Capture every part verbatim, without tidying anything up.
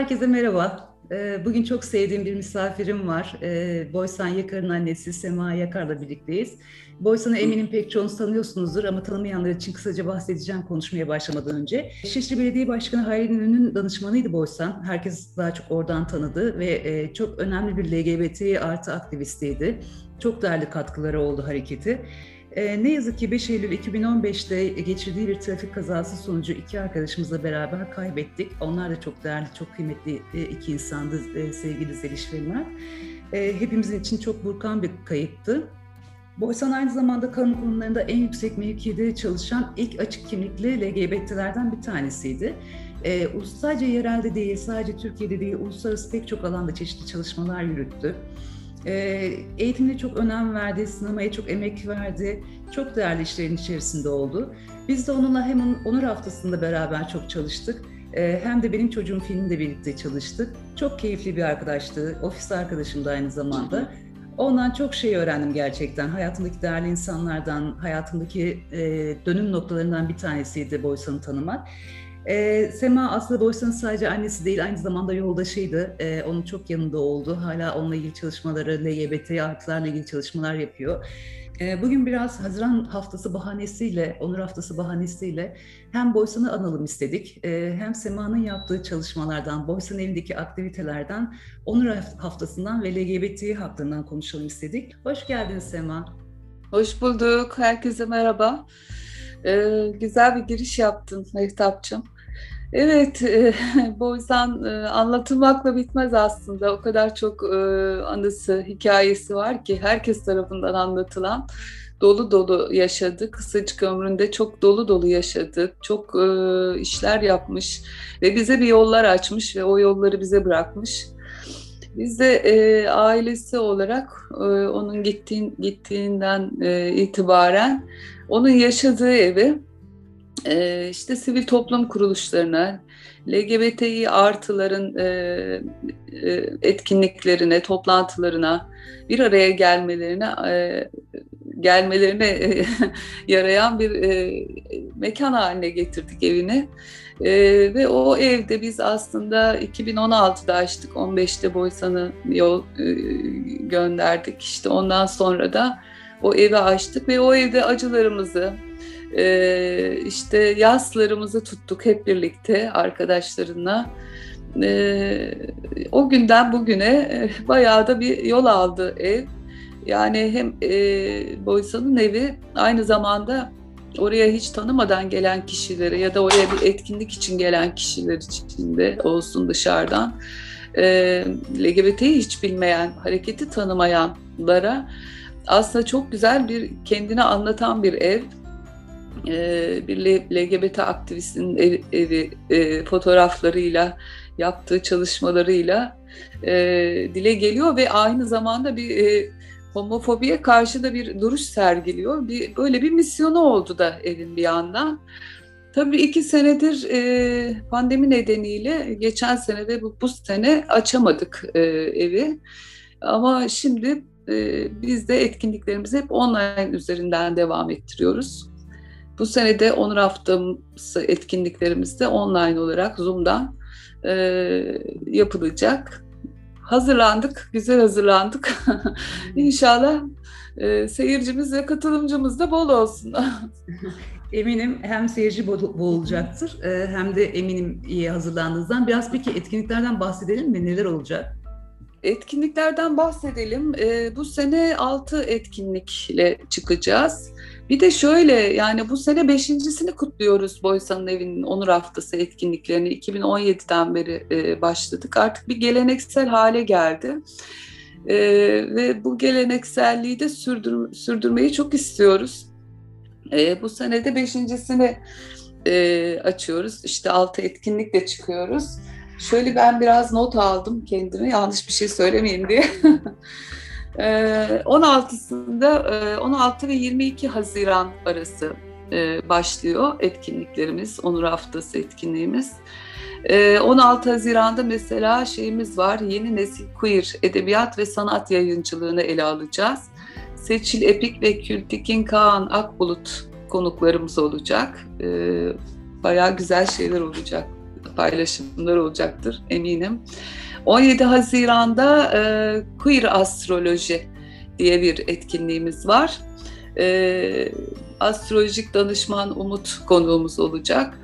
Herkese merhaba. Ee, Bugün çok sevdiğim bir misafirim var. Ee, Boysan Yakar'ın annesi Sema Yakar'la birlikteyiz. Boysan'ı eminim pek çoğunuz tanıyorsunuzdur ama tanımayanlar için kısaca bahsedeceğim konuşmaya başlamadan önce. Şişli Belediye Başkanı Hayri İnönü'nün danışmanıydı Boysan. Herkes daha çok oradan tanıdı ve e, çok önemli bir L G B T artı aktivistiydi. Çok değerli katkıları oldu hareketi. Ee, ne yazık ki beş Eylül iki bin on beşte geçirdiği bir trafik kazası sonucu iki arkadaşımızla beraber kaybettik. Onlar da çok değerli, çok kıymetli e, iki insandı e, sevgili Zeliş ve Mert. E, hepimizin için çok burkan bir kayıptı. Boysan aynı zamanda kamu kurumlarında en yüksek mevkide çalışan ilk açık kimlikli L G B T'lerden bir tanesiydi. E, sadece yerelde değil, sadece Türkiye'de değil, uluslararası pek çok alanda çeşitli çalışmalar yürüttü. Eğitimine çok önem verdi, sinemaya çok emek verdi, çok değerli işlerin içerisinde oldu. Biz de onunla hem Onur Haftası'nda beraber çok çalıştık, hem de benim çocuğum filminde birlikte çalıştık. Çok keyifli bir arkadaştı, ofis arkadaşım da aynı zamanda. Ondan çok şey öğrendim gerçekten. Hayatımdaki değerli insanlardan, hayatımdaki dönüm noktalarından bir tanesiydi Boysan'ı tanımak. Ee, Sema aslında Boysan'ın sadece annesi değil, aynı zamanda yoldaşıydı. Ee, onun çok yanında oldu. Hala onunla ilgili çalışmaları, L G B T artılarla ilgili çalışmalar yapıyor. Ee, bugün biraz Haziran Haftası bahanesiyle, Onur Haftası bahanesiyle hem Boysan'ı analım istedik, e, hem Sema'nın yaptığı çalışmalardan, Boysan evindeki aktivitelerden, Onur Haftası'ndan ve L G B T haklarından konuşalım istedik. Hoş geldin Sema. Hoş bulduk. Herkese merhaba. Ee, güzel bir giriş yaptın Mehtapçığım. Evet, e, Boysan e, anlatılmakla bitmez aslında. O kadar çok e, anısı, hikayesi var ki herkes tarafından anlatılan. Dolu dolu yaşadı. Kısacık ömründe çok dolu dolu yaşadı. Çok e, işler yapmış ve bize bir yollar açmış ve o yolları bize bırakmış. Biz de e, ailesi olarak e, onun gittiğin, gittiğinden e, itibaren onun yaşadığı evi e, işte sivil toplum kuruluşlarına, L G B T İ artıların e, e, etkinliklerine, toplantılarına, bir araya gelmelerine e, gelmelerine e, yarayan bir e, mekan haline getirdik evini. Ee, ve o evde biz aslında iki bin on altıda açtık, on beşte Boysan'ı yol e, gönderdik. İşte ondan sonra da o evi açtık ve o evde acılarımızı, e, işte yaslarımızı tuttuk hep birlikte arkadaşlarına. E, o günden bugüne e, bayağı da bir yol aldı ev. Yani hem e, Boysan'ın evi aynı zamanda oraya hiç tanımadan gelen kişilere ya da oraya bir etkinlik için gelen kişiler için de olsun dışarıdan e, L G B T'yi hiç bilmeyen, hareketi tanımayanlara aslında çok güzel bir kendini anlatan bir ev. E, bir L G B T aktivistinin ev, evi e, fotoğraflarıyla, yaptığı çalışmalarıyla e, dile geliyor ve aynı zamanda bir e, homofobiye karşı da bir duruş sergiliyor. Bir, böyle bir misyonu oldu da evin bir yandan. Tabii iki senedir e, pandemi nedeniyle geçen sene ve bu, bu sene açamadık e, evi. Ama şimdi e, biz de etkinliklerimizi hep online üzerinden devam ettiriyoruz. Bu sene de Onur Haftası etkinliklerimiz de online olarak Zoom'dan e, yapılacak. Hazırlandık, güzel hazırlandık. İnşallah e, seyircimiz ve katılımcımız da bol olsun. Eminim hem seyirci bol, bol olacaktır, hem de eminim iyi hazırlandığınızdan. Biraz peki etkinliklerden bahsedelim mi? Neler olacak? Etkinliklerden bahsedelim. E, bu sene altı etkinlikle çıkacağız. Bir de şöyle, yani bu sene beşincisini kutluyoruz Boysan'ın evinin Onur Haftası etkinliklerini. iki bin on yediden beri e, başladık. Artık bir geleneksel hale geldi. E, ve bu gelenekselliği de sürdür, sürdürmeyi çok istiyoruz. E, bu sene de beşincisini e, açıyoruz. İşte altı etkinlikle çıkıyoruz. Şöyle ben biraz not aldım kendime, yanlış bir şey söylemeyeyim diye. on altısında on altı ve yirmi iki Haziran arası başlıyor etkinliklerimiz, Onur Haftası etkinliğimiz. on altı Haziran'da mesela şeyimiz var, yeni nesil queer edebiyat ve sanat yayıncılığını ele alacağız. Seçil Epik ve Kültekin Kaan Akbulut konuklarımız olacak. Bayağı güzel şeyler olacak paylaşımlar olacaktır eminim. on yedi Haziran'da e, Queer Astroloji diye bir etkinliğimiz var. E, astrolojik danışman Umut konuğumuz olacak.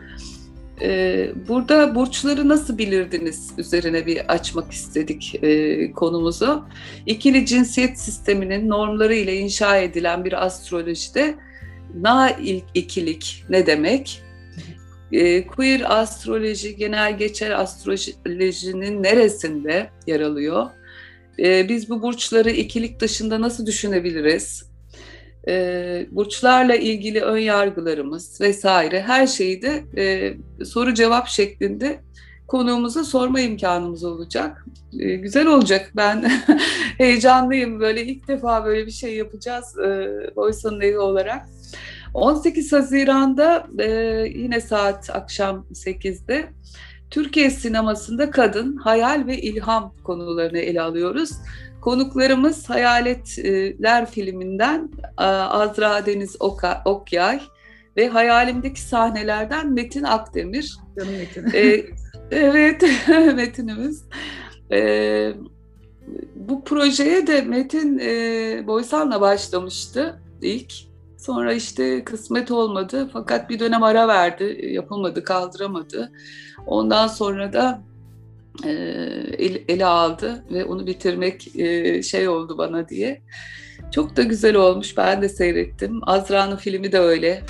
E, burada burçları nasıl bilirdiniz üzerine bir açmak istedik e, konumuzu. İkili cinsiyet sisteminin normları ile inşa edilen bir astrolojide na ikilik ne demek? E, queer astroloji, genel geçer astrolojinin neresinde yer alıyor? E, biz bu burçları ikilik dışında nasıl düşünebiliriz? E, burçlarla ilgili ön yargılarımız vesaire her şeyi de e, soru cevap şeklinde konuğumuza sorma imkanımız olacak. E, güzel olacak. Ben heyecanlıyım. Böyle ilk defa böyle bir şey yapacağız e, Boysa'nın evi olarak. on sekiz Haziran'da e, yine saat akşam sekizde Türkiye sinemasında kadın, hayal ve ilham konularını ele alıyoruz. Konuklarımız Hayaletler filminden Azra Deniz Okyay ve Hayalimdeki Sahnelerden Metin Akdemir. Canım Metin. Ee, evet, Metin'imiz. Ee, bu projeye de Metin e, Boysan'la başlamıştı ilk. Sonra işte kısmet olmadı fakat bir dönem ara verdi, yapamadı, kaldıramadı. Ondan sonra da e, el, ele aldı ve onu bitirmek e, şey oldu bana diye. Çok da güzel olmuş, ben de seyrettim. Azra'nın filmi de öyle.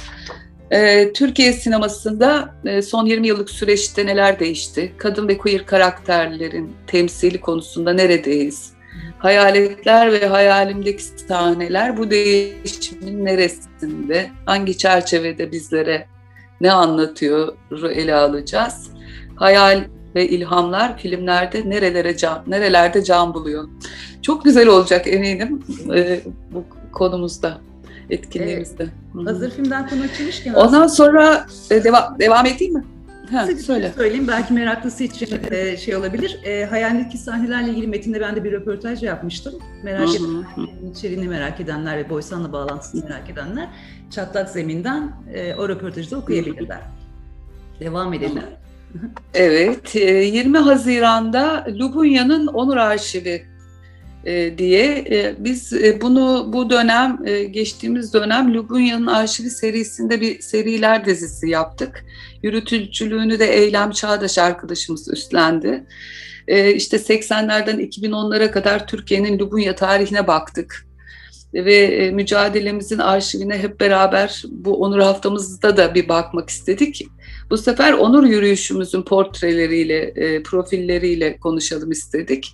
E, Türkiye sinemasında e, son yirmi yıllık süreçte neler değişti? Kadın ve queer karakterlerin temsili konusunda neredeyiz? Hayaletler ve hayalimdeki sahneler bu değişimin neresinde, hangi çerçevede bizlere ne anlatıyor ele alacağız. Hayal ve ilhamlar filmlerde nerelere can, nerelerde can buluyor. Çok güzel olacak eminim e, bu konumuzda, etkinliğimizde. Evet. Hazır filmden konu açılmışken... Ondan sonra e, devam, devam edeyim mi? Ha, söyle. Söyleyeyim, belki meraklısı için e, şey olabilir. E, hayalindeki sahnelerle ilgili Metin'de ben de bir röportaj yapmıştım. Merak edenler, içeriğini merak edenler ve Boysan'la bağlantısını merak edenler Çatlak Zemin'den e, o röportajı da okuyabilirler. Devam edelim. Evet, yirmi Haziran'da Lubunya'nın Onur Arşivi diye biz bunu bu dönem geçtiğimiz dönem Lubunya'nın Arşivi serisinde bir seriler dizisi yaptık. Yürütücülüğünü de Eylem Çağdaş arkadaşımız üstlendi. İşte seksenlerden iki bin onlara kadar Türkiye'nin Lubunya tarihine baktık. Ve mücadelemizin arşivine hep beraber bu Onur Haftamızda da bir bakmak istedik. Bu sefer Onur yürüyüşümüzün portreleriyle, profilleriyle konuşalım istedik.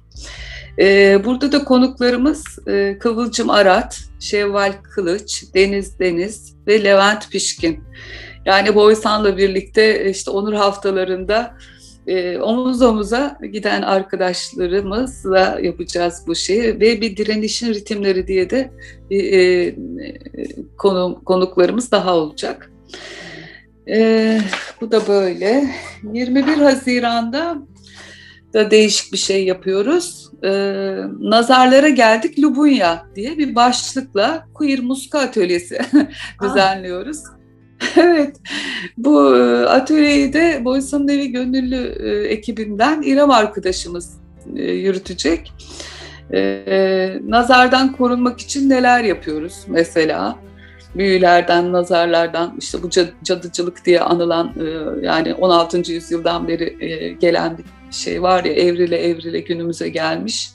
Burada da konuklarımız Kıvılcım Arat, Şevval Kılıç, Deniz Deniz ve Levent Pişkin. Yani Boysan'la birlikte işte Onur Haftalarında E, omuz omuza giden arkadaşlarımızla yapacağız bu şeyi ve bir direnişin ritimleri diye de e, e, konu, konuklarımız daha olacak. E, bu da böyle. yirmi bir Haziran'da da değişik bir şey yapıyoruz. E, Nazarlara geldik Lubunya diye bir başlıkla queer muska atölyesi düzenliyoruz. Evet, bu atölyeyi de Boysa'nın Evi Gönüllü ekibinden İrem arkadaşımız yürütecek. Nazardan korunmak için neler yapıyoruz mesela? Büyülerden, nazarlardan, işte bu cadıcılık diye anılan, yani on altıncı yüzyıldan beri gelen bir şey var ya, evrile evrile günümüze gelmiş.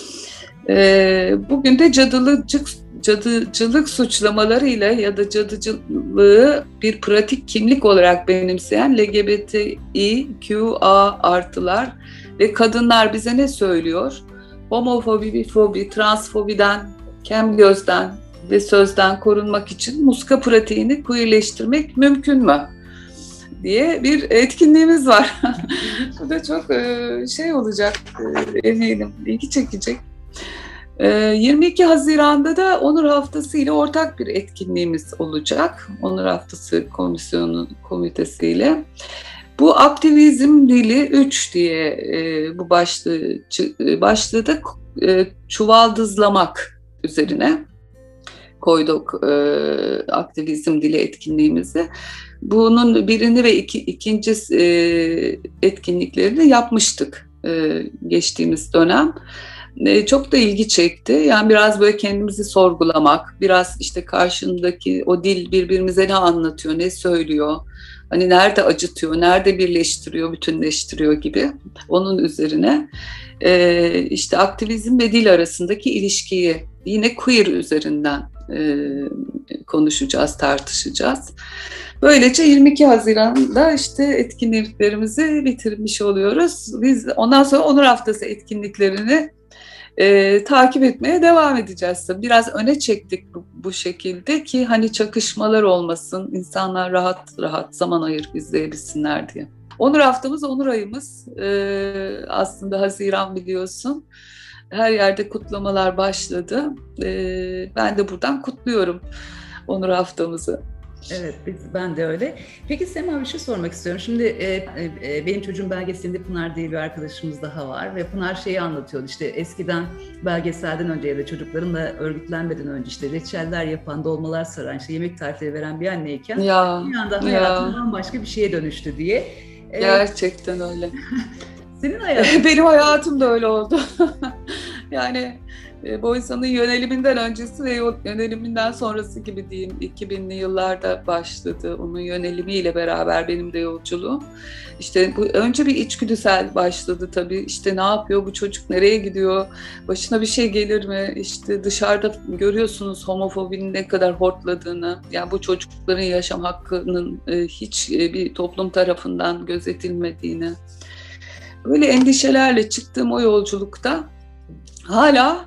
Bugün de cadılıcık cadıcılık suçlamalarıyla ya da cadıcılığı bir pratik kimlik olarak benimseyen L G B T İ Q A artılar ve kadınlar bize ne söylüyor? Homofobi, bifobi, transfobiden, kem gözden ve sözden korunmak için muska pratiğini queerleştirmek mümkün mü? Diye bir etkinliğimiz var. Bu da çok şey olacak eminim, ilgi çekecek. yirmi iki Haziran'da da Onur Haftası ile ortak bir etkinliğimiz olacak. Onur Haftası Komisyonu Komitesi'yle. Bu aktivizm dili üç diye e, bu başlığı, başlığı da e, çuvaldızlamak üzerine. koyduk e, aktivizm dili etkinliğimizi. Bunun birini ve iki, ikinci e, etkinliklerini yapmıştık e, geçtiğimiz dönem. E, çok da ilgi çekti. Yani biraz böyle kendimizi sorgulamak, biraz işte karşındaki o dil birbirimize ne anlatıyor, ne söylüyor, hani nerede acıtıyor, nerede birleştiriyor, bütünleştiriyor gibi. Onun üzerine e, işte aktivizm ve dil arasındaki ilişkiyi yine queer üzerinden e, konuşacağız, tartışacağız. Böylece yirmi iki Haziran'da işte etkinliklerimizi bitirmiş oluyoruz. Biz ondan sonra Onur Haftası etkinliklerini e, takip etmeye devam edeceğiz. Biraz öne çektik bu, bu şekilde ki hani çakışmalar olmasın, insanlar rahat rahat zaman ayırıp izleyebilsinler diye. Onur Haftamız, Onur ayımız. E, aslında Haziran biliyorsun. Her yerde kutlamalar başladı. E, ben de buradan kutluyorum Onur Haftamızı. Evet, biz, ben de öyle. Peki Sema, bir şey sormak istiyorum. Şimdi e, e, benim çocuğum belgeselinde Pınar diye bir arkadaşımız daha var ve Pınar şeyi anlatıyordu, işte eskiden belgeselden önce ya da çocukların da örgütlenmeden önce işte reçeller yapan, dolmalar saran, işte yemek tarifleri veren bir anneyken ya, bir anda hayatım bambaşka bir şeye dönüştü diye. E, Gerçekten öyle. Senin hayatın? Benim hayatım da öyle oldu. Yani Boysa'nın yöneliminden öncesi ve yöneliminden sonrası gibi diyeyim, iki binli yıllarda başladı. Onun yönelimiyle beraber benim de yolculuğum. İşte bu önce bir içgüdüsel başladı tabii. İşte ne yapıyor bu çocuk, nereye gidiyor, başına bir şey gelir mi? İşte dışarıda görüyorsunuz homofobinin ne kadar hortladığını. Yani bu çocukların yaşam hakkının hiç bir toplum tarafından gözetilmediğini. Böyle endişelerle çıktığım o yolculukta hala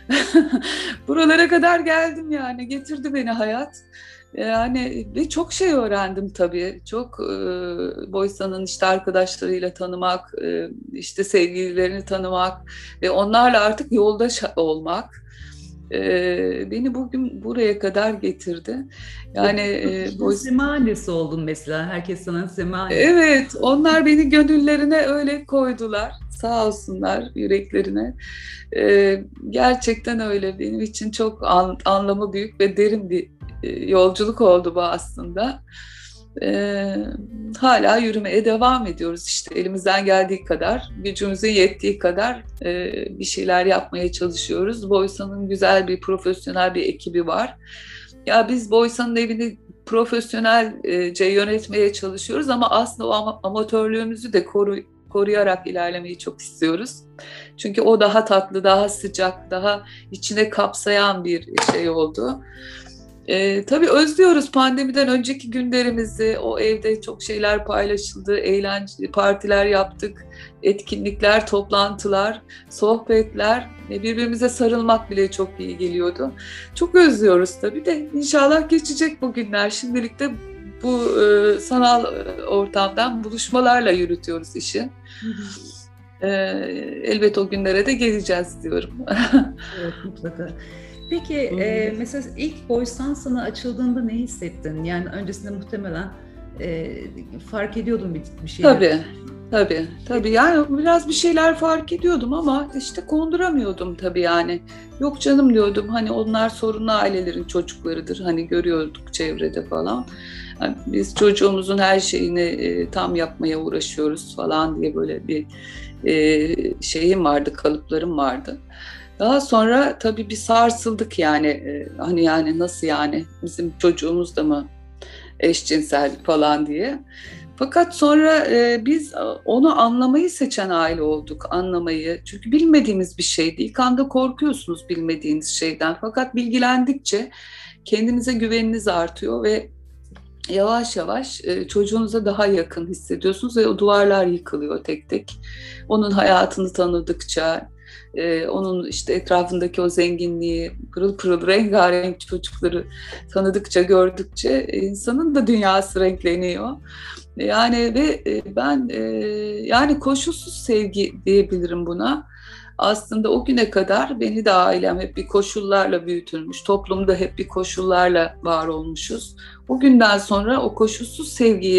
buralara kadar geldim yani. Getirdi beni hayat. Yani ve çok şey öğrendim tabii. Çok e, Boysa'nın işte arkadaşlarıyla tanımak, e, işte sevgililerini tanımak ve onlarla artık yoldaş olmak e, beni bugün buraya kadar getirdi. Yani e, Boysa... Sema annesi oldun mesela. Herkes sana Sema annesi. Evet, onlar beni gönüllerine öyle koydular. Sağ olsunlar yüreklerine. Ee, gerçekten öyle. Benim için çok an, anlamı büyük ve derin bir e, yolculuk oldu bu aslında. Ee, hala yürümeye devam ediyoruz işte. Elimizden geldiği kadar, gücümüzün yettiği kadar e, bir şeyler yapmaya çalışıyoruz. Boysa'nın güzel bir profesyonel bir ekibi var. Ya biz Boysa'nın evini profesyonelce yönetmeye çalışıyoruz ama aslında o amatörlüğümüzü de koru, koruyarak ilerlemeyi çok istiyoruz. Çünkü o daha tatlı, daha sıcak, daha içine kapsayan bir şey oldu. Ee, tabii özlüyoruz pandemiden önceki günlerimizi. O evde çok şeyler paylaşıldı, eğlence, partiler yaptık, etkinlikler, toplantılar, sohbetler, birbirimize sarılmak bile çok iyi geliyordu. Çok özlüyoruz tabii de inşallah geçecek bu günler. Şimdilik de bu e, sanal ortamdan buluşmalarla yürütüyoruz işi. Hı hı. E, elbet o günlere de geleceğiz diyorum. Evet, mutlaka. Peki e, mesela ilk Boysan sana açıldığında ne hissettin? Yani öncesinde muhtemelen e, fark ediyordun bir, bir şeyler. Tabii, tabii, tabii. Yani biraz bir şeyler fark ediyordum ama işte konduramıyordum tabii yani. Yok canım diyordum, hani onlar sorunlu ailelerin çocuklarıdır. Hani görüyorduk çevrede falan. Yani biz çocuğumuzun her şeyini e, tam yapmaya uğraşıyoruz falan diye böyle bir e, şeyim vardı, kalıplarım vardı. Daha sonra tabii bir sarsıldık yani e, hani yani nasıl yani bizim çocuğumuz da mı eşcinsel falan diye. Fakat sonra e, biz onu anlamayı seçen aile olduk, anlamayı. Çünkü bilmediğimiz bir şeydi. İlk anda korkuyorsunuz bilmediğiniz şeyden. Fakat bilgilendikçe kendinize güveniniz artıyor ve yavaş yavaş e, çocuğunuza daha yakın hissediyorsunuz ve o duvarlar yıkılıyor tek tek. Onun hayatını tanıdıkça, Ee, onun işte etrafındaki o zenginliği, pırıl pırıl rengarenk çocukları tanıdıkça, gördükçe insanın da dünyası renkleniyor. Yani ve e, ben e, yani koşulsuz sevgi diyebilirim buna. Aslında o güne kadar beni de ailem hep bir koşullarla büyütülmüş, toplumda hep bir koşullarla var olmuşuz. O günden sonra o koşulsuz sevgiyi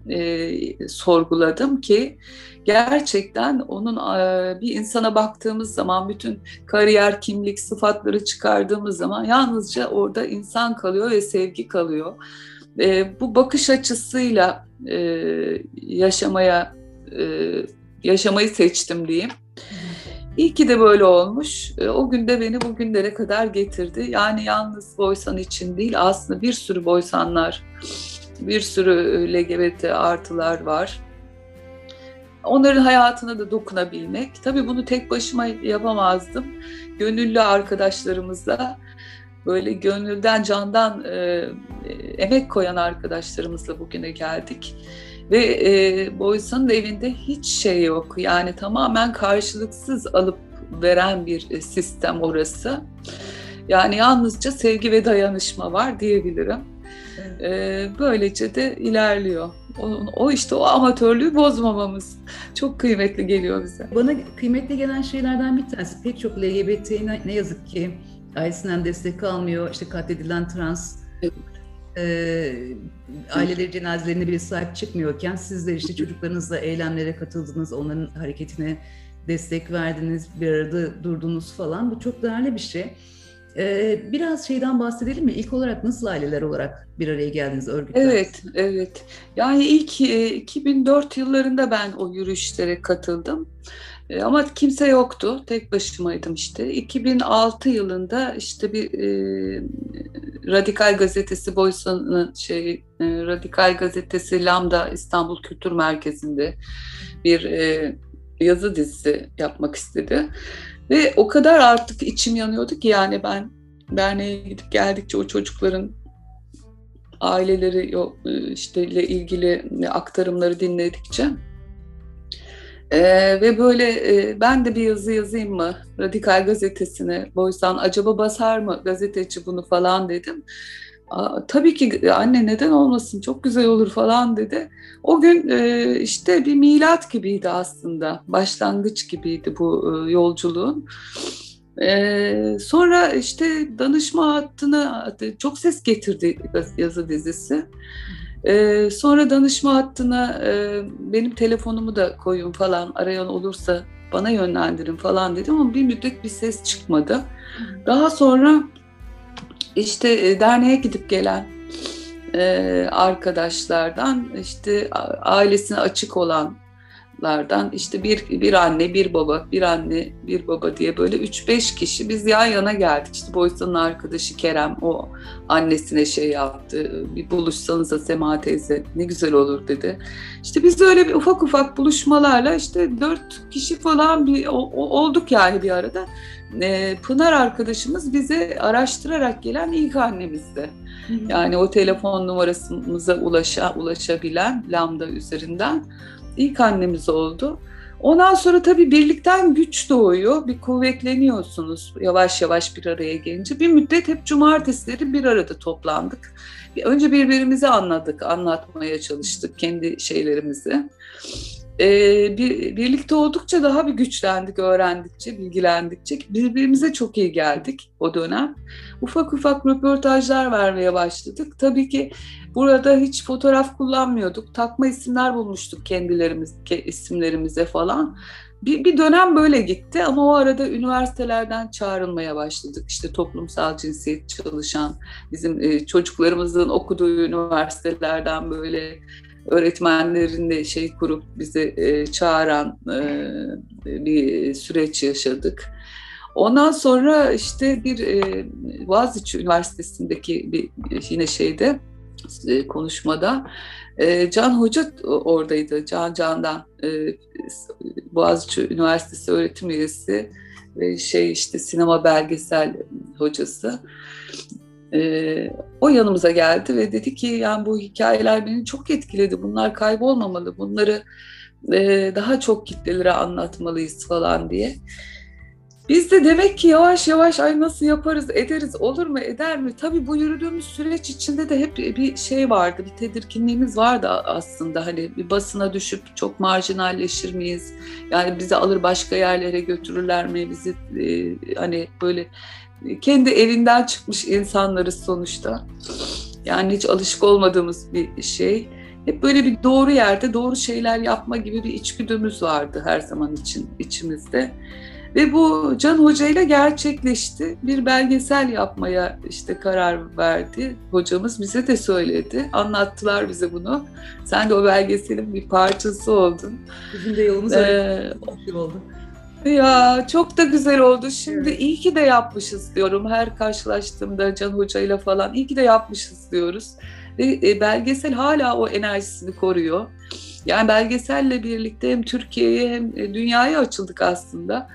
e, sorguladım ki gerçekten onun e, bir insana baktığımız zaman bütün kariyer, kimlik, sıfatları çıkardığımız zaman yalnızca orada insan kalıyor ve sevgi kalıyor. E, bu bakış açısıyla e, yaşamaya e, yaşamayı seçtim diyeyim. İyi ki de böyle olmuş. O gün de beni bugünlere kadar getirdi. Yani yalnız Boysan için değil, aslında bir sürü Boysanlar, bir sürü L G B T artılar var. Onların hayatına da dokunabilmek. Tabii bunu tek başıma yapamazdım. Gönüllü arkadaşlarımızla, böyle gönülden, candan e, emek koyan arkadaşlarımızla bugüne geldik. Ve e, Boysan'ın evinde hiç şey yok. Yani tamamen karşılıksız alıp veren bir sistem orası. Yani yalnızca sevgi ve dayanışma var diyebilirim. Evet. E, böylece de ilerliyor. O, o işte o amatörlüğü bozmamamız çok kıymetli geliyor bize. Bana kıymetli gelen şeylerden bir tanesi, pek çok L G B T ne yazık ki ailesinden destek almıyor. İşte katledilen trans, evet. e, aileleri cenazelerine bile sahip çıkmıyorken sizler işte çocuklarınızla eylemlere katıldınız, onların hareketine destek verdiniz, bir arada durdunuz falan. Bu çok değerli bir şey. Ee, biraz şeyden bahsedelim mi? İlk olarak nasıl aileler olarak bir araya geldiniz, örgütler? Evet, evet. Yani ilk e, iki bin dört yıllarında ben o yürüyüşlere katıldım. E, ama kimse yoktu. Tek başımaydım işte. iki bin altı yılında işte bir e, Radikal Gazetesi Boysan'ın şey e, Radikal Gazetesi Lambda İstanbul Kültür Merkezi'nde bir e, yazı dizisi yapmak istedi. Ve o kadar artık içim yanıyordu ki yani ben derneğe gidip geldikçe o çocukların aileleri işte ile ilgili aktarımları dinledikçe ee, ve böyle e, ben de bir yazı yazayım mı Radikal Gazetesi'ne, Boysan acaba basar mı gazeteci bunu falan dedim. Aa, tabii ki anne, neden olmasın, çok güzel olur falan dedi. O gün e, işte bir milat gibiydi aslında, başlangıç gibiydi bu e, yolculuğun. E, sonra işte danışma hattına çok ses getirdi yazı dizisi. E, sonra danışma hattına e, benim telefonumu da koyun falan, arayan olursa bana yönlendirin falan dedim ama bir müddet bir ses çıkmadı. Daha sonra İşte e, derneğe gidip gelen e, arkadaşlardan, işte ailesine açık olanlardan, işte bir bir anne, bir baba, bir anne, bir baba diye böyle üç beş kişi biz yan yana geldik. İşte Boysan'ın arkadaşı Kerem o annesine şey yaptı. Bir buluşsanıza Sema teyze, ne güzel olur dedi. İşte biz de öyle bir ufak ufak buluşmalarla işte dört kişi falan bir o, o, olduk yani bir arada. Pınar arkadaşımız bize araştırarak gelen ilk annemizdi. Yani o telefon numarasımıza ulaşa, ulaşabilen Lambda üzerinden ilk annemiz oldu. Ondan sonra tabii birlikten güç doğuyor, bir kuvvetleniyorsunuz yavaş yavaş bir araya gelince. Bir müddet hep cumartesileri bir arada toplandık. Önce birbirimizi anladık, anlatmaya çalıştık kendi şeylerimizi. Ee, bir, birlikte oldukça daha bir güçlendik, öğrendikçe, bilgilendikçe. Birbirimize çok iyi geldik o dönem. Ufak ufak röportajlar vermeye başladık. Tabii ki burada hiç fotoğraf kullanmıyorduk. Takma isimler bulmuştuk kendilerimiz, isimlerimize falan. Bir, bir dönem böyle gitti ama o arada üniversitelerden çağrılmaya başladık. İşte toplumsal cinsiyet çalışan, bizim e, çocuklarımızın okuduğu üniversitelerden böyle öğretmenlerin de şey kurup bizi e, çağıran e, bir süreç yaşadık. Ondan sonra işte bir e, Boğaziçi Üniversitesi'ndeki bir yine şeyde e, konuşmada e, Can Hoca oradaydı. Can Can'dan e, Boğaziçi Üniversitesi öğretim üyesi ve şey işte sinema belgesel hocası. Ee, o yanımıza geldi ve dedi ki yani bu hikayeler beni çok etkiledi. Bunlar kaybolmamalı. Bunları e, daha çok kitlelere anlatmalıyız falan diye. Biz de demek ki yavaş yavaş ay nasıl yaparız, ederiz, olur mu, eder mi? Tabii bu yürüdüğümüz süreç içinde de hep bir şey vardı, bir tedirginliğimiz vardı aslında. Hani bir basına düşüp çok marjinalleşir miyiz? Yani bizi alır başka yerlere götürürler mi? Bizi e, hani böyle kendi evinden çıkmış insanlarız sonuçta. Yani hiç alışık olmadığımız bir şey. hep böyle bir doğru yerde doğru şeyler yapma gibi bir içgüdümüz vardı her zaman için içimizde. Ve bu Can Hoca ile gerçekleşti. Bir belgesel yapmaya işte karar verdi. Hocamız bize de söyledi. Anlattılar bize bunu. Sen de o belgeselin bir parçası oldun. Bizim de yolumuz öyle ee, oldu. Ya çok da güzel oldu. Şimdi evet. iyi ki de yapmışız diyorum. Her karşılaştığımda Can Hoca ile falan iyi ki de yapmışız diyoruz. Ve e, belgesel hala o enerjisini koruyor. Yani belgeselle birlikte hem Türkiye'ye hem dünyaya açıldık aslında.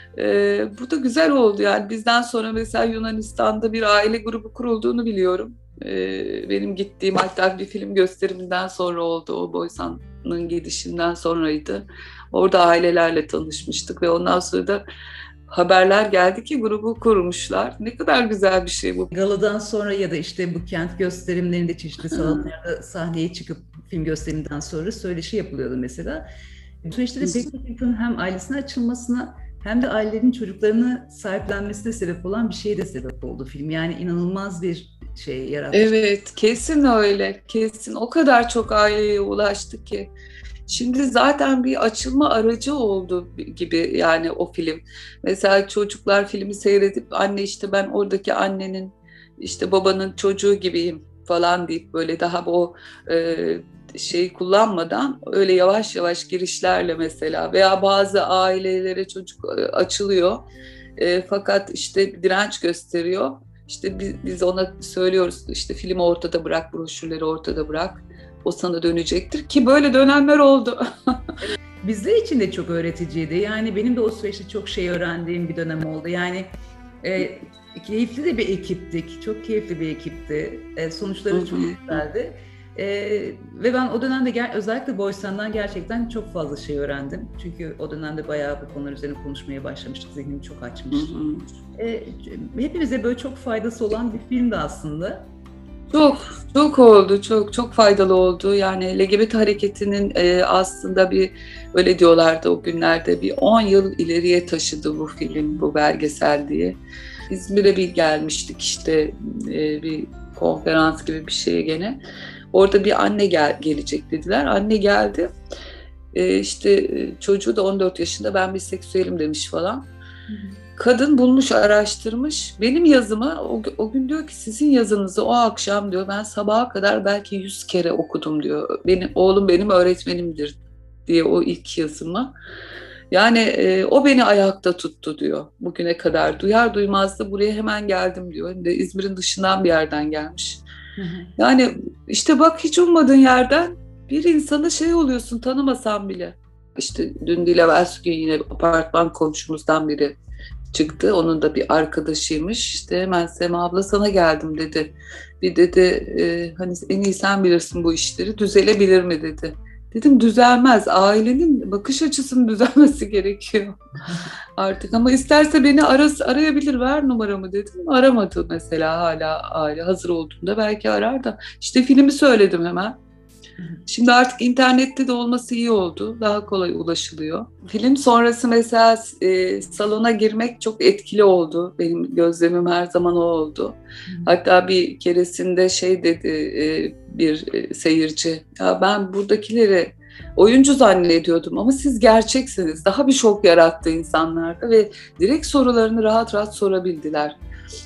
Ee, bu da güzel oldu. Yani bizden sonra mesela Yunanistan'da bir aile grubu kurulduğunu biliyorum. Ee, benim gittiğim hatta bir film gösteriminden sonra oldu. O Boysan'ın gidişinden sonraydı. Orada ailelerle tanışmıştık ve ondan sonra da haberler geldi ki grubu kurmuşlar. Ne kadar güzel bir şey bu. Galadan sonra ya da işte bu kent gösterimlerinde çeşitli salonlarda sahneye çıkıp film gösteriminden sonra söyleşi yapılıyordu mesela. Bu süreçte de pek çok insanın hem ailesine açılmasına hem de ailelerin çocuklarını sahiplenmesine sebep olan bir şeye de sebep oldu film. Yani inanılmaz bir şey yarattı. Evet, kesin öyle. Kesin. O kadar çok aileye ulaştı ki. Şimdi zaten bir açılma aracı oldu gibi yani o film. Mesela çocuklar filmi seyredip anne işte ben oradaki annenin işte babanın çocuğu gibiyim falan deyip böyle daha o e, şeyi kullanmadan öyle yavaş yavaş girişlerle mesela veya bazı ailelere çocuk açılıyor e, fakat işte direnç gösteriyor. İşte biz, biz ona söylüyoruz işte filmi ortada bırak, broşürleri ortada bırak. O sana dönecektir ki böyle dönenler oldu. Bizler için de çok öğreticiydi. Yani benim de o süreçte çok şey öğrendiğim bir dönem oldu. Yani e, keyifli de bir ekiptik. Çok keyifli bir ekipti. E, sonuçları çok güzeldi. E, ve ben o dönemde ger- özellikle Boysan'dan gerçekten çok fazla şey öğrendim. Çünkü o dönemde bayağı bu konular üzerine konuşmaya başlamıştık. Zihnimi çok açmıştı. E, hepimize böyle çok faydası olan bir filmdi aslında. Çok, çok oldu, çok çok faydalı oldu. Yani L G B T hareketinin e, aslında bir, öyle diyorlardı o günlerde, bir on yıl ileriye taşıdı bu film, bu belgesel diye. İzmir'e bir gelmiştik işte e, bir konferans gibi bir şeye gene. Orada bir anne gel, gelecek dediler. Anne geldi. E, işte çocuğu da on dört yaşında, ben biseksüelim demiş falan. Hı hı. Kadın bulmuş, araştırmış. Benim yazımı o, o gün diyor ki sizin yazınızı o akşam diyor ben sabaha kadar belki yüz kere okudum diyor. Benim oğlum benim öğretmenimdir diye o ilk yazımı. Yani e, o beni ayakta tuttu diyor bugüne kadar. Duyar duymaz da buraya hemen geldim diyor. Hem de İzmir'in dışından bir yerden gelmiş. Hı hı. Yani işte bak hiç ummadığın yerden bir insana şey oluyorsun tanımasan bile. İşte dün değil evvelsi gün yine apartman komşumuzdan biri çıktı. Onun da bir arkadaşıymış. İşte hemen Sema abla sana geldim dedi. Bir dedi e, hani en iyi sen bilirsin bu işleri. Düzelebilir mi dedi. Dedim düzelmez. Ailenin bakış açısının düzelmesi gerekiyor artık. Ama isterse beni aras, arayabilir ver numaramı dedim. Aramadı mesela hala aile hazır olduğunda belki arar da. İşte filmi söyledim hemen. Şimdi artık internette de olması iyi oldu. Daha kolay ulaşılıyor. Film sonrası mesela e, salona girmek çok etkili oldu. Benim gözlemim her zaman o oldu. Hatta bir keresinde şey dedi e, bir e, seyirci. Ya ben buradakileri oyuncu zannediyordum ama siz gerçeksiniz. Daha bir şok yarattı insanlarda ve direkt sorularını rahat rahat sorabildiler.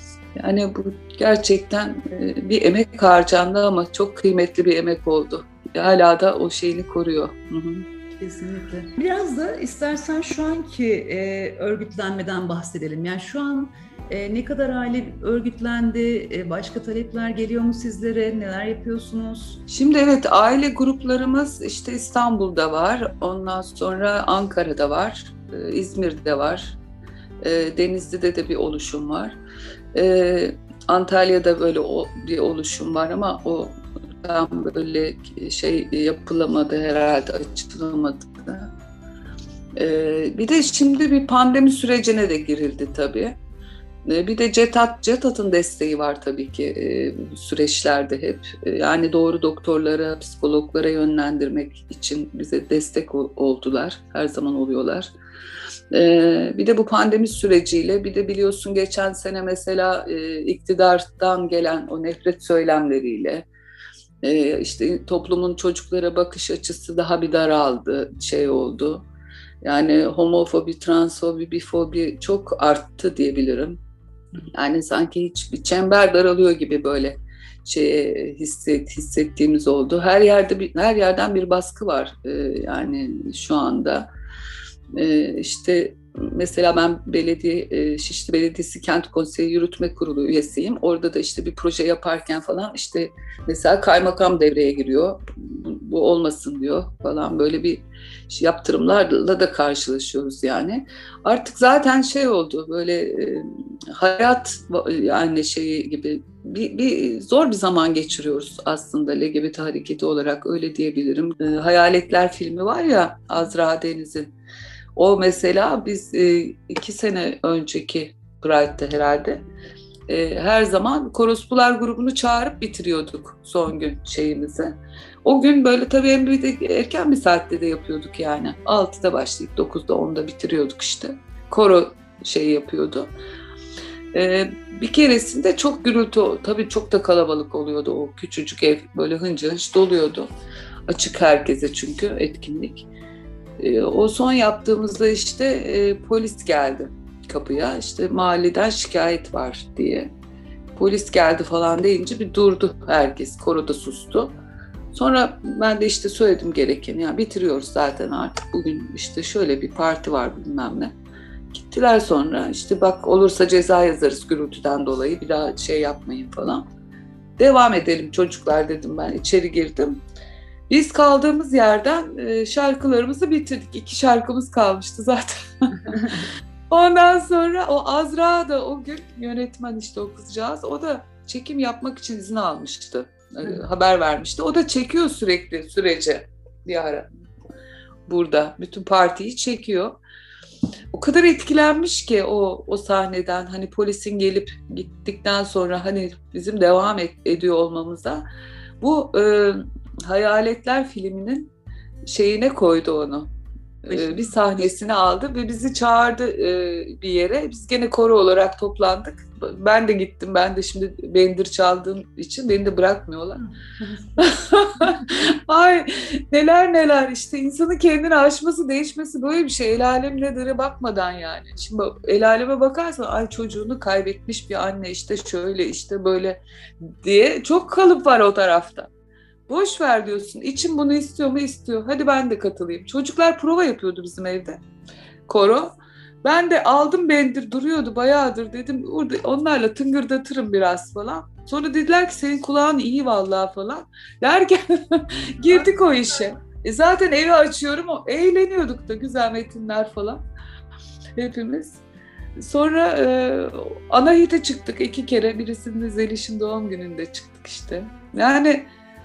Yani bu gerçekten e, bir emek harcandı ama çok kıymetli bir emek oldu. Hala da o şeyini koruyor. Hı hı. Kesinlikle. Biraz da istersen şu anki e, örgütlenmeden bahsedelim. Yani şu an e, ne kadar aile örgütlendi, e, başka talepler geliyor mu sizlere, neler yapıyorsunuz? Şimdi evet aile gruplarımız işte İstanbul'da var, ondan sonra Ankara'da var, e, İzmir'de var, e, Denizli'de de bir oluşum var. E, Antalya'da böyle o, bir oluşum var ama o tam böyle şey yapılamadı herhalde, açılamadı. Ee, bir de şimdi bir pandemi sürecine de girildi tabii. Ee, bir de CETAT, CETAT'ın desteği var tabii ki e, süreçlerde hep. E, yani doğru doktorlara, psikologlara yönlendirmek için bize destek oldular, her zaman oluyorlar. Ee, bir de bu pandemi süreciyle, bir de biliyorsun geçen sene mesela e, iktidardan gelen o nefret söylemleriyle, e, işte toplumun çocuklara bakış açısı daha bir daraldı, şey oldu. Yani homofobi, transfobi, bifobi çok arttı diyebilirim. Yani sanki hiç bir çember daralıyor gibi böyle şey hisset, hissettiğimiz oldu. Her yerde bir, her yerden bir baskı var ee, yani şu anda. Ee, işte mesela ben belediye e, Şişli Belediyesi Kent Konseyi Yürütme Kurulu üyesiyim. Orada da işte bir proje yaparken falan işte mesela kaymakam devreye giriyor. Bu, bu olmasın diyor falan, böyle bir yaptırımlarla da karşılaşıyoruz yani. Artık zaten şey oldu böyle e, hayat yani şeyi gibi bir, bir zor bir zaman geçiriyoruz aslında L G B T hareketi olarak, öyle diyebilirim. E, Hayaletler filmi var ya, Azra Deniz'in. O mesela biz e, iki sene önceki Pride'de herhalde e, her zaman Korospular grubunu çağırıp bitiriyorduk son gün şeyimizi. O gün böyle tabii en bir de erken bir saatte de yapıyorduk yani. altıda başlayıp dokuzda onda bitiriyorduk işte. Koro şey yapıyordu. Ee, bir keresinde çok gürültü, tabii çok da kalabalık oluyordu, o küçücük ev böyle hınca hınç doluyordu. Açık herkese çünkü etkinlik. Ee, o son yaptığımızda işte e, polis geldi kapıya, işte mahalleden şikayet var diye. Polis geldi falan deyince bir durdu herkes, koroda sustu. Sonra ben de işte söyledim gerekeni, ya bitiriyoruz zaten artık, bugün işte şöyle bir parti var bilmem ne. Gittiler sonra, işte bak olursa ceza yazarız gürültüden dolayı, bir daha şey yapmayın falan. Devam edelim çocuklar dedim, ben içeri girdim. Biz kaldığımız yerden e, şarkılarımızı bitirdik. İki şarkımız kalmıştı zaten. Ondan sonra o Azra da o gün yönetmen, işte o kızcağız, o da çekim yapmak için izin almıştı. E, haber vermişti. O da çekiyor sürekli sürece bir ara. Burada bütün partiyi çekiyor. O kadar etkilenmiş ki o o sahneden, hani polisin gelip gittikten sonra hani bizim devam et, ediyor olmamıza. Bu e, Hayaletler filminin şeyine koydu onu. E, bir sahnesini aldı ve bizi çağırdı e, bir yere. Biz gene koro olarak toplandık. Ben de gittim. Ben de şimdi bendir çaldığım için beni de bırakmıyorlar. Ay neler neler, işte insanın kendini aşması, değişmesi böyle bir şey. El alem nedire bakmadan yani. Şimdi el aleme bakarsan ay çocuğunu kaybetmiş bir anne, işte şöyle işte böyle diye çok kalıp var o tarafta. Boş ver diyorsun. İçim bunu istiyor mu? İstiyor. Hadi ben de katılayım. Çocuklar prova yapıyordu bizim evde. Koro. Ben de aldım bendir duruyordu bayağıdır, dedim orada onlarla tıngırdatırım biraz falan. Sonra dediler ki senin kulağın iyi vallahi falan. Derken girdik o işe. E zaten evi açıyorum, o eğleniyorduk da, güzel metinler falan hepimiz. Sonra e, Anahit'e çıktık iki kere. Birisinin Zeliş'in doğum gününde çıktık işte. Yani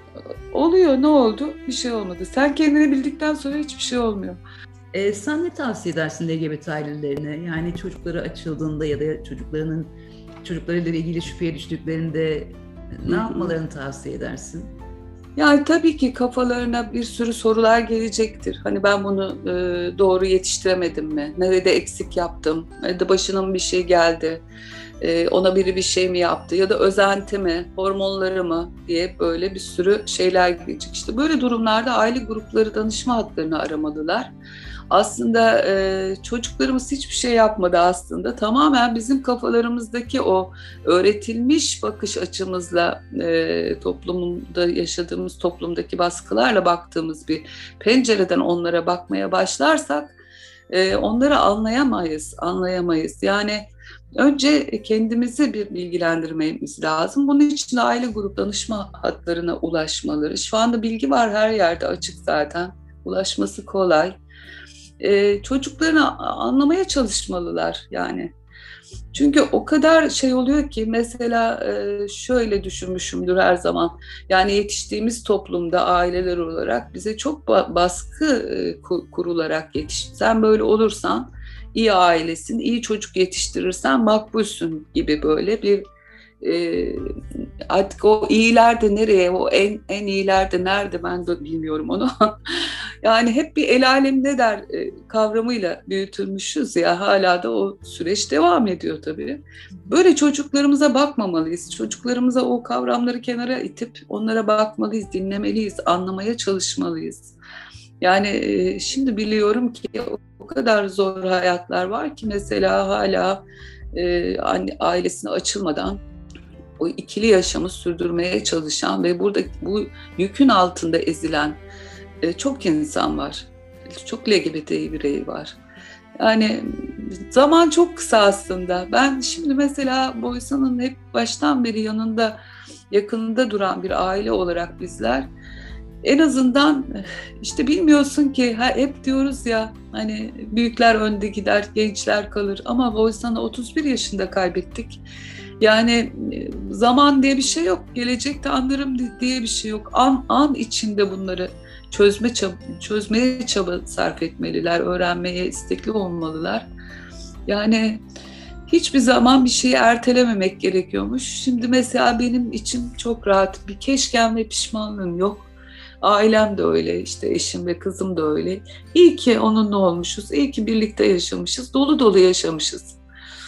oluyor, ne oldu? Bir şey olmadı. Sen kendini bildikten sonra hiçbir şey olmuyor. E, sen ne tavsiye edersin L G B T ailelerine? Yani çocukları açıldığında ya da çocuklarının çocuklarıyla ilgili şüpheye düştüklerinde ne yapmalarını tavsiye edersin? Yani tabii ki kafalarına bir sürü sorular gelecektir. Hani ben bunu e, doğru yetiştiremedim mi? Nerede eksik yaptım? Nerede başına bir şey geldi? E, ona biri bir şey mi yaptı? Ya da özenti mi? Hormonları mı? Diye böyle bir sürü şeyler gelecek. İşte böyle durumlarda aile grupları danışma hatlarını aramalılar. Aslında e, çocuklarımız hiçbir şey yapmadı aslında. Tamamen bizim kafalarımızdaki o öğretilmiş bakış açımızla, e, toplumda yaşadığımız toplumdaki baskılarla baktığımız bir pencereden onlara bakmaya başlarsak e, onları anlayamayız, anlayamayız. Yani önce kendimizi bir bilgilendirmemiz lazım. Bunun için de aile grup danışma hatlarına ulaşmaları. Şu anda bilgi var, her yerde açık zaten. Ulaşması kolay. Ee, çocuklarını anlamaya çalışmalılar yani. Çünkü o kadar şey oluyor ki, mesela e, şöyle düşünmüşümdür her zaman. Yani yetiştiğimiz toplumda aileler olarak bize çok baskı e, kurularak yetişti. Sen böyle olursan iyi ailesin, iyi çocuk yetiştirirsen makbulsün gibi böyle bir e, artık o iyiler de nereye, o en en iyiler de nerede, ben de bilmiyorum onu. Yani hep bir el alem ne der e, kavramıyla büyütülmüşüz ya, hala da o süreç devam ediyor tabii. Böyle çocuklarımıza bakmamalıyız. Çocuklarımıza o kavramları kenara itip onlara bakmalıyız, dinlemeliyiz, anlamaya çalışmalıyız. Yani e, şimdi biliyorum ki o kadar zor hayatlar var ki, mesela hala e, anne, ailesine açılmadan o ikili yaşamı sürdürmeye çalışan ve burada bu yükün altında ezilen e, çok insan var. Çok L G B T birey var. Yani zaman çok kısa aslında. Ben şimdi mesela Boysan'ın hep baştan beri yanında, yakınında duran bir aile olarak bizler, en azından işte bilmiyorsun ki, hep diyoruz ya hani büyükler önde gider, gençler kalır, ama Boysan'ı otuz bir yaşında kaybettik. Yani zaman diye bir şey yok, gelecekte anlarım diye bir şey yok. An, an içinde bunları çözme çaba, çözmeye çaba sarf etmeliler, öğrenmeye istekli olmalılar. Yani hiçbir zaman bir şeyi ertelememek gerekiyormuş. Şimdi mesela benim içim çok rahat, bir keşkem ve pişmanlığım yok. Ailem de öyle, işte eşim ve kızım da öyle. İyi ki onunla olmuşuz, iyi ki birlikte yaşamışız, dolu dolu yaşamışız.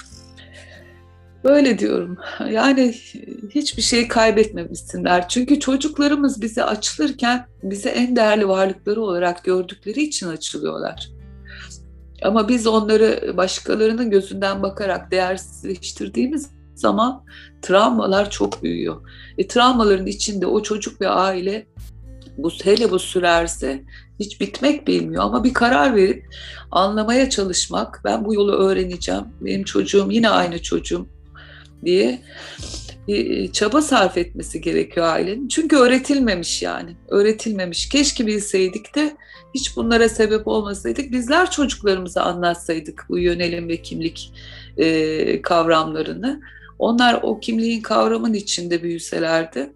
Böyle diyorum. Yani hiçbir şeyi kaybetmemişsinler. Çünkü çocuklarımız bize açılırken bize en değerli varlıkları olarak gördükleri için açılıyorlar. Ama biz onları başkalarının gözünden bakarak değersizleştirdiğimiz zaman travmalar çok büyüyor. E, travmaların içinde o çocuk ve aile, bu hele bu sürerse hiç bitmek bilmiyor, ama bir karar verip anlamaya çalışmak, ben bu yolu öğreneceğim, benim çocuğum yine aynı çocuğum diye çaba sarf etmesi gerekiyor ailenin. Çünkü öğretilmemiş yani. Öğretilmemiş. Keşke bilseydik de hiç bunlara sebep olmasaydık. Bizler çocuklarımıza anlatsaydık bu yönelim ve kimlik e, kavramlarını. Onlar o kimliğin, kavramın içinde büyüselerdi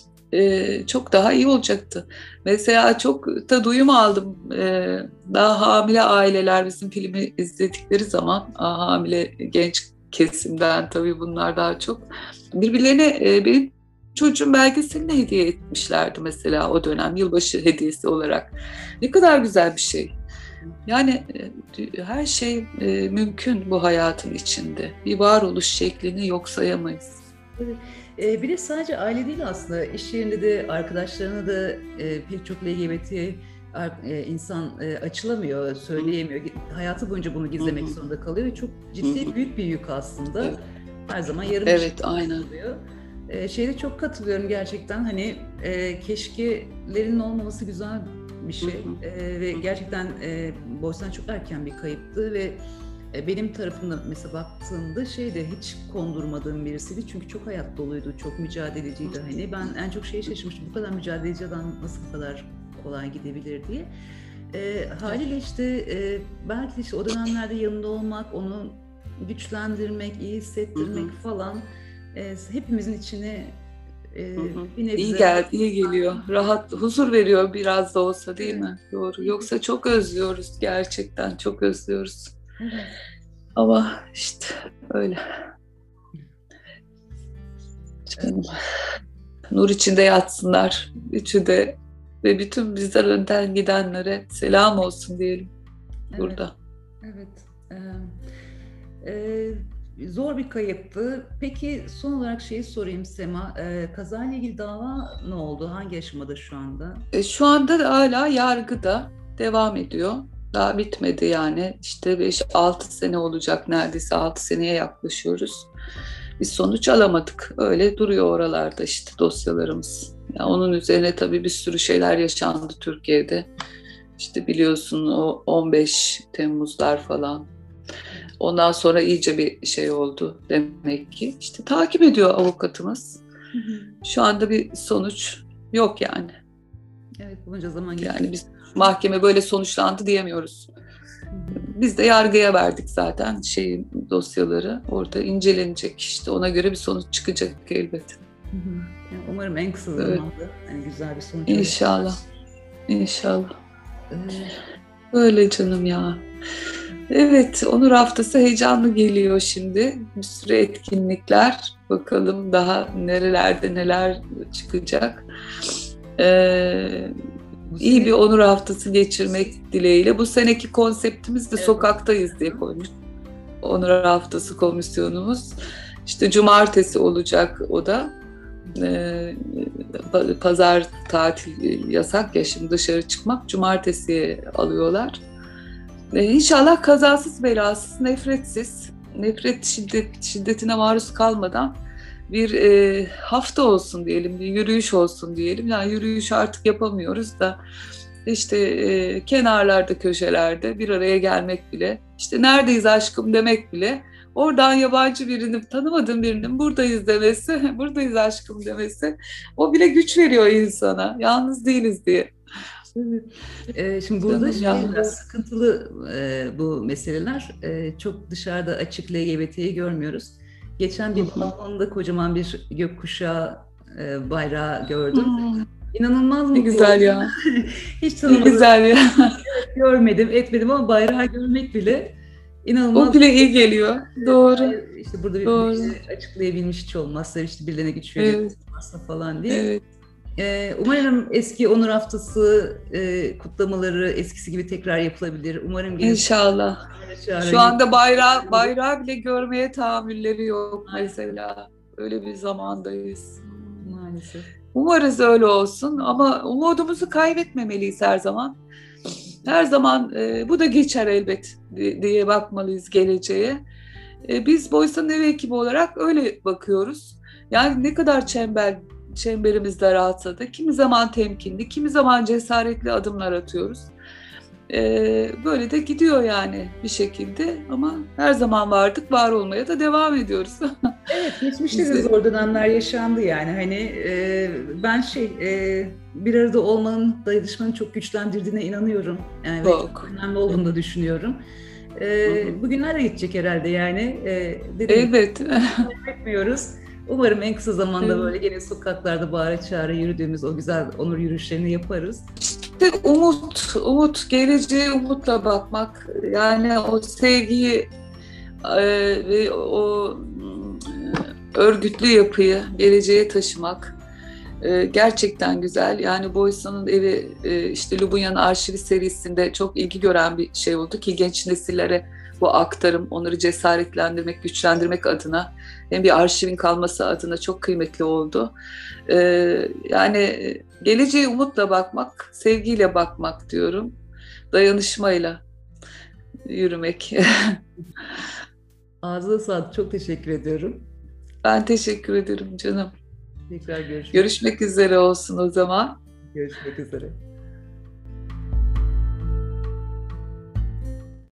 e, çok daha iyi olacaktı. Mesela çok da duyum aldım. E, daha hamile aileler bizim filmi izledikleri zaman, hamile genç kesimden tabii bunlar daha çok, birbirlerine e, benim çocuğum belgeselini hediye etmişlerdi mesela o dönem, yılbaşı hediyesi olarak. Ne kadar güzel bir şey. Yani e, her şey e, mümkün bu hayatın içinde. Bir varoluş şeklini yok sayamayız. Evet. E, bir de sadece aile değil aslında, iş yerinde de arkadaşlarına da e, pek çok L G B T insan açılamıyor, söyleyemiyor. Hayatı boyunca bunu gizlemek Hı-hı. zorunda kalıyor ve çok ciddi Hı-hı. büyük bir yük aslında. Evet. Her zaman yarım evet, aynen. oluyor. Şeyde çok katılıyorum gerçekten, hani e, keşkelerinin olmaması güzel bir şey. E, ve gerçekten e, Boysan çok erken bir kayıptı ve e, benim tarafımda mesela baktığımda şeyde hiç kondurmadığım birisiydi. Çünkü çok hayat doluydu, çok mücadeleciydi. Hani ben en çok şeye şaşırmıştım, bu kadar mücadeleci adam nasıl bu kadar kolay gidebilir diye. E, haliyle işte e, belki de işte o dönemlerde yanında olmak, onu güçlendirmek, iyi hissettirmek hı hı. falan e, hepimizin içine e, bir nebze... İyi gel, iyi geliyor. Rahat, huzur veriyor biraz da olsa, değil evet. mi? Doğru. Yoksa çok özlüyoruz, gerçekten çok özlüyoruz. Evet. Ama işte öyle. Canım. Nur içinde yatsınlar. Üçü de ve bütün bizler önden gidenlere selam olsun diyelim evet, burada. Evet. Ee, e, zor bir kayıptı. Peki son olarak şeyi sorayım Sema. Ee, kazayla ilgili dava ne oldu? Hangi aşamada şu anda? E, şu anda da hala yargıda devam ediyor. Daha bitmedi yani. İşte beş altı sene olacak, neredeyse altı seneye yaklaşıyoruz. Bir sonuç alamadık. Öyle duruyor oralarda işte dosyalarımız. Yani onun üzerine tabii bir sürü şeyler yaşandı Türkiye'de. İşte biliyorsun o on beş Temmuzlar falan. Ondan sonra iyice bir şey oldu demek ki. İşte takip ediyor avukatımız. Hı hı. Şu anda bir sonuç yok yani. Evet, bunca zaman geçti. Yani biz mahkeme böyle sonuçlandı diyemiyoruz. Hı hı. Biz de yargıya verdik zaten şey dosyaları. Orada incelenecek, işte ona göre bir sonuç çıkacak elbet. Hı hı. Yani umarım en kısa zamanda evet. yani güzel bir sonuç. İnşallah. Olacak. İnşallah. Evet. Öyle canım ya. Evet, Onur Haftası heyecanlı geliyor şimdi. Bir sürü etkinlikler. Bakalım daha nerelerde neler çıkacak. Ee, iyi bir onur haftası geçirmek dileğiyle. Bu seneki konseptimiz de evet, sokaktayız diye koymuş. Onur haftası komisyonumuz. İşte cumartesi olacak o da. Ee, pazar tatil yasak ya, şimdi dışarı çıkmak. Cumartesiye alıyorlar. Ee, İnşallah kazasız belasız, nefretsiz, nefret şiddet, şiddetine maruz kalmadan bir e, hafta olsun diyelim, bir yürüyüş olsun diyelim. Yani yürüyüş artık yapamıyoruz da işte e, kenarlarda, köşelerde bir araya gelmek bile, işte neredeyiz aşkım demek bile, oradan yabancı birinin, tanımadığım birinin buradayız demesi, buradayız aşkım demesi, o bile güç veriyor insana, yalnız değiliz diye. Ee, şimdi burada şey, biraz sıkıntılı e, bu meseleler. E, çok dışarıda açık L G B T'yi görmüyoruz. Geçen bir balkonda kocaman bir gökkuşağı e, bayrağı gördüm. Hmm. İnanılmaz mutlu. Ne güzel ya. Hiç tanımadım. Ne güzel ya. Görmedim, etmedim ama bayrağı görmek bile inanılmaz. O bile iyi geliyor. Doğru. Yani işte burada bir, Doğru. bir şey açıklayabilmiş hiç olmazsa, işte birilerine güç veriyor evet. olmazsa falan diye. Evet. Ee, umarım eski Onur Haftası e, kutlamaları eskisi gibi tekrar yapılabilir. Umarım İnşallah. Şu anda bayrağı, bayrağı bile görmeye tahammülleri yok mesela. Öyle bir zamandayız. Maalesef. Umarız öyle olsun ama umudumuzu kaybetmemeliyiz her zaman. Her zaman e, bu da geçer elbet diye bakmalıyız geleceğe. E, biz Boysan'ın ev ekibi olarak öyle bakıyoruz. Yani ne kadar çember çemberimiz daralsa da kimi zaman temkinli, kimi zaman cesaretli adımlar atıyoruz. Ee, böyle de gidiyor yani bir şekilde ama her zaman vardık, var olmaya da devam ediyoruz. Evet, geçmişte de zor dönemler yaşandı yani. Hani e, ben şey e, bir arada olmanın dayanışmanın çok güçlendirdiğine inanıyorum. Yani çok önemli olduğunu da düşünüyorum. E, bugünler de geçecek herhalde yani. E, evet. Etmiyoruz. Umarım en kısa zamanda evet. böyle gene sokaklarda bağıra çağıra yürüdüğümüz o güzel onur yürüyüşlerini yaparız. İşte umut, umut, geleceğe umutla bakmak, yani o sevgiyi ve e, o e, örgütlü yapıyı geleceğe taşımak e, gerçekten güzel. Yani Boysan'ın evi e, işte Lubunya'nın arşivi serisinde çok ilgi gören bir şey oldu ki genç nesillere bu aktarım, onları cesaretlendirmek, güçlendirmek adına hem bir arşivin kalması adına çok kıymetli oldu. Ee, yani geleceğe umutla bakmak, sevgiyle bakmak diyorum. Dayanışmayla yürümek. Ağzına sağlık. Çok teşekkür ediyorum. Ben teşekkür ederim canım. Tekrar görüşmek, görüşmek üzere olsun o zaman. Görüşmek üzere.